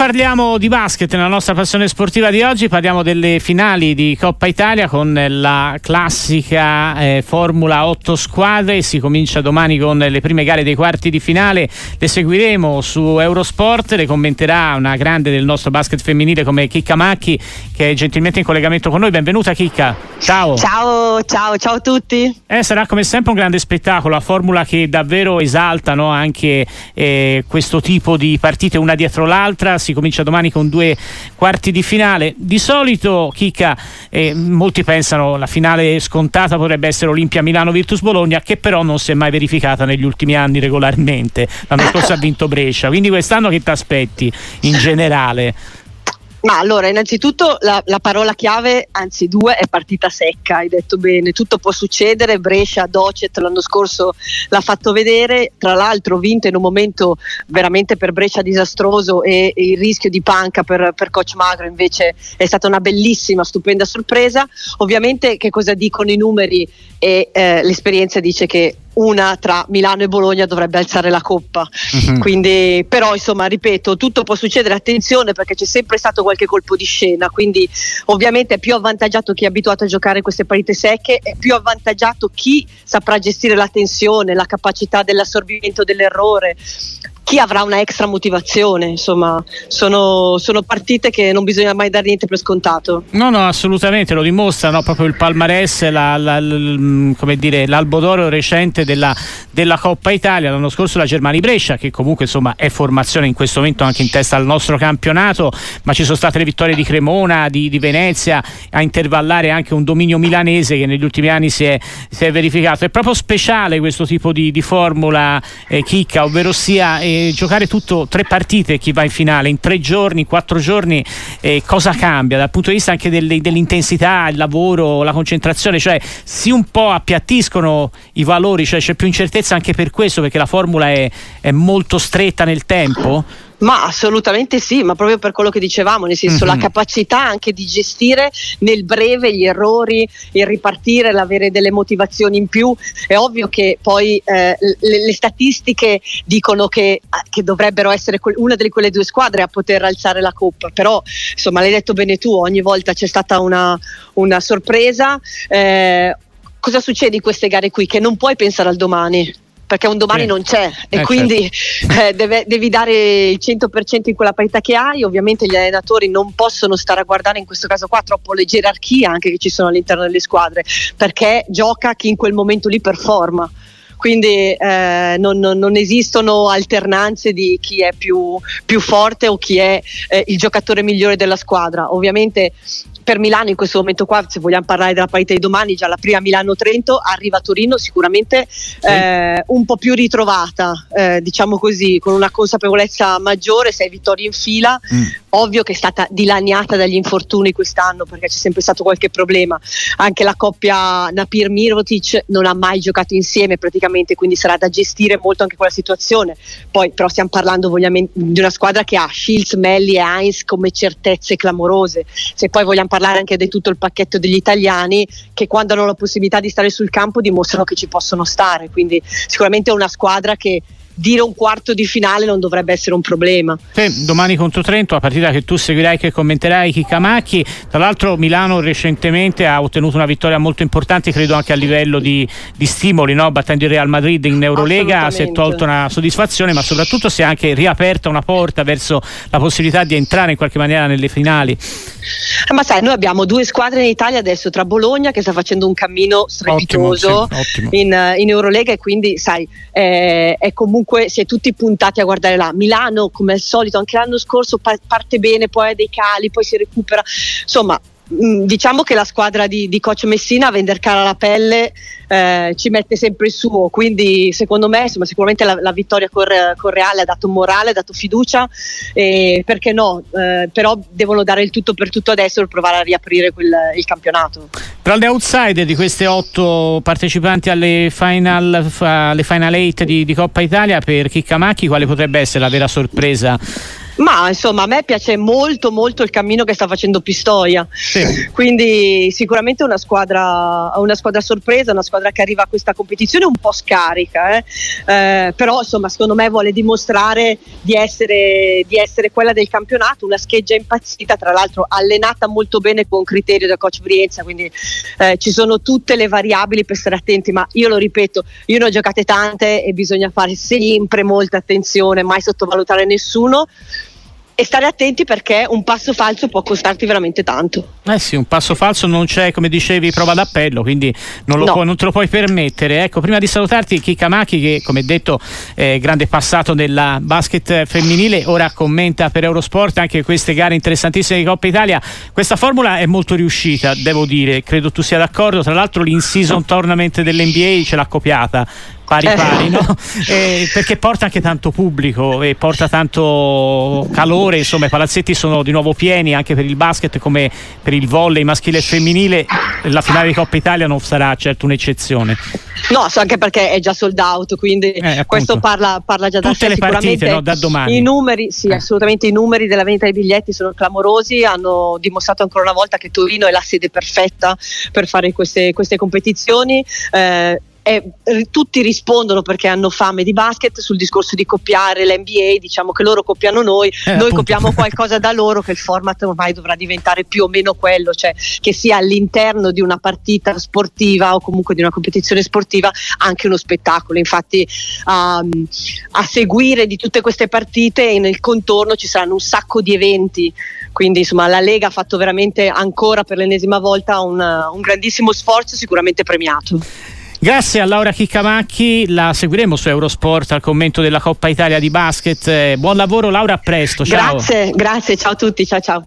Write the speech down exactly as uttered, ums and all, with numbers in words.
parliamo di basket nella nostra passione sportiva di oggi, parliamo delle finali di Coppa Italia con la classica eh, formula otto squadre. Si comincia domani con le prime gare dei quarti di finale, le seguiremo su Eurosport, le commenterà una grande del nostro basket femminile come Chicca Macchi, che è gentilmente in collegamento con noi. Benvenuta Chicca. Ciao. Ciao, ciao, ciao a tutti. Eh, sarà come sempre un grande spettacolo, la formula che davvero esalta, no? Anche eh, questo tipo di partite una dietro l'altra. Si comincia domani con due quarti di finale. Di solito, Chicca, eh, molti pensano la finale scontata potrebbe essere Olimpia Milano Virtus Bologna, che però non si è mai verificata negli ultimi anni regolarmente. L'anno scorso ha vinto Brescia, quindi quest'anno che ti aspetti in generale? Ma allora, innanzitutto la, la parola chiave, anzi due, è partita secca, hai detto bene, tutto può succedere. Brescia, Docet l'anno scorso l'ha fatto vedere, tra l'altro vinto in un momento veramente per Brescia disastroso, e, e il rischio di panca per, per coach Magro invece è stata una bellissima, stupenda sorpresa. Ovviamente che cosa dicono i numeri e eh, l'esperienza dice che una tra Milano e Bologna dovrebbe alzare la coppa, uh-huh. Quindi però insomma ripeto, tutto può succedere, attenzione perché c'è sempre stato qualche colpo di scena, quindi ovviamente è più avvantaggiato chi è abituato a giocare queste partite secche, è più avvantaggiato chi saprà gestire la tensione, la capacità dell'assorbimento dell'errore, chi avrà una extra motivazione. Insomma sono, sono partite che non bisogna mai dare niente per scontato. No no assolutamente, lo dimostra, no? Proprio il palmarès, la, la, la, come dire, l'albo d'oro recente della, della Coppa Italia. L'anno scorso la Germania Brescia, che comunque insomma è formazione in questo momento anche in testa al nostro campionato, ma ci sono state le vittorie di Cremona, di, di Venezia, a intervallare anche un dominio milanese che negli ultimi anni si è, si è verificato. È proprio speciale questo tipo di, di formula, eh, Chicca, ovvero sia eh, giocare tutto tre partite, chi va in finale in tre giorni, quattro giorni, eh, cosa cambia dal punto di vista anche delle, dell'intensità, il lavoro, la concentrazione, cioè si un po' appiattiscono i valori, cioè c'è più incertezza anche per questo, perché la formula è, è molto stretta nel tempo? Ma assolutamente sì, ma proprio per quello che dicevamo, nel senso mm-hmm. la capacità anche di gestire nel breve gli errori, il ripartire, l'avere delle motivazioni in più. È ovvio che poi eh, le, le statistiche dicono che, che dovrebbero essere que- una delle quelle due squadre a poter alzare la coppa, però insomma l'hai detto bene tu, ogni volta c'è stata una, una sorpresa. Eh, cosa succede in queste gare qui? Che non puoi pensare al domani, perché un domani sì. non c'è, e eh, quindi certo. eh, deve, devi dare il cento per cento in quella parità che hai. Ovviamente gli allenatori non possono stare a guardare in questo caso qua troppo le gerarchie anche che ci sono all'interno delle squadre, perché gioca chi in quel momento lì performa. Quindi eh, non, non, non esistono alternanze di chi è più, più forte o chi è eh, il giocatore migliore della squadra. Ovviamente per Milano in questo momento qua, se vogliamo parlare della partita di domani, già la prima Milano-Trento, arriva a Torino sicuramente sì. eh, un po' più ritrovata, eh, diciamo così, con una consapevolezza maggiore, sei vittorie in fila. Mm. Ovvio che è stata dilaniata dagli infortuni quest'anno, perché c'è sempre stato qualche problema. Anche la coppia Napir-Mirotic non ha mai giocato insieme praticamente, quindi sarà da gestire molto anche quella situazione. Poi però stiamo parlando vogliamo, di una squadra che ha Shields, Melli e Heinz come certezze clamorose. Se poi vogliamo parlare anche di tutto il pacchetto degli italiani, che quando hanno la possibilità di stare sul campo dimostrano che ci possono stare, quindi sicuramente è una squadra che dire un quarto di finale non dovrebbe essere un problema. Sì, domani contro Trento, la partita che tu seguirai, che commenterai, Chicca Macchi. Tra l'altro Milano recentemente ha ottenuto una vittoria molto importante, credo anche a livello di, di stimoli, no? Battendo il Real Madrid in Eurolega, si è tolto una soddisfazione, ma soprattutto si è anche riaperta una porta verso la possibilità di entrare in qualche maniera nelle finali. Eh, ma sai, noi abbiamo due squadre in Italia adesso, tra Bologna che sta facendo un cammino strepitoso ottimo, sì, ottimo. In, in Eurolega, e quindi sai eh, è comunque si è tutti puntati a guardare là. Milano come al solito anche l'anno scorso parte bene, poi ha dei cali, poi si recupera, insomma diciamo che la squadra di, di coach Messina a vender cara la pelle eh, ci mette sempre il suo, quindi secondo me insomma, sicuramente la, la vittoria con, con Reale ha dato morale, ha dato fiducia, e perché no, eh, però devono dare il tutto per tutto adesso per provare a riaprire quel, il campionato. Tra le outsider di queste otto partecipanti alle final, alle final eight di, di Coppa Italia, per Chicca Macchi quale potrebbe essere la vera sorpresa Ma insomma a me piace molto molto il cammino che sta facendo Pistoia, sì. Quindi sicuramente una squadra, una squadra sorpresa, una squadra che arriva a questa competizione un po' scarica, eh? Eh, però insomma secondo me vuole dimostrare di essere, di essere quella del campionato, una scheggia impazzita, tra l'altro allenata molto bene con criterio da coach Brienza, quindi eh, ci sono tutte le variabili per stare attenti, ma io lo ripeto, io ne ho giocate tante e bisogna fare sempre molta attenzione, mai sottovalutare nessuno e stare attenti perché un passo falso può costarti veramente tanto. Eh sì, un passo falso non c'è, come dicevi, prova d'appello, quindi non, lo no. puoi, non te lo puoi permettere. Ecco, prima di salutarti, Chicca Macchi, che come detto eh, grande passato nella basket femminile, ora commenta per Eurosport anche queste gare interessantissime di Coppa Italia. Questa formula è molto riuscita, devo dire, credo tu sia d'accordo. Tra l'altro l'in-season tournament dell'N B A ce l'ha copiata pari pari, no? Eh, perché porta anche tanto pubblico e porta tanto calore, insomma i palazzetti sono di nuovo pieni anche per il basket come per il volley maschile e femminile. La finale di Coppa Italia non sarà certo un'eccezione. No, so anche perché è già sold out, quindi eh, questo parla, parla già da tutte sé. le partite, no, da domani. I numeri, sì, eh. assolutamente i numeri della vendita dei biglietti sono clamorosi, hanno dimostrato ancora una volta che Torino è la sede perfetta per fare queste, queste competizioni. Eh, E tutti rispondono perché hanno fame di basket. Sul discorso di copiare l'N B A, diciamo che loro copiano noi, eh, noi appunto. copiamo qualcosa da loro, che il format ormai dovrà diventare più o meno quello, cioè che sia all'interno di una partita sportiva o comunque di una competizione sportiva anche uno spettacolo. Infatti um, a seguire di tutte queste partite e nel contorno ci saranno un sacco di eventi, quindi insomma la Lega ha fatto veramente ancora per l'ennesima volta un, un grandissimo sforzo, sicuramente premiato. Grazie a Laura Chiccamacchi, la seguiremo su Eurosport al commento della Coppa Italia di basket. Buon lavoro Laura, a presto, ciao. Grazie, grazie, ciao a tutti, ciao ciao.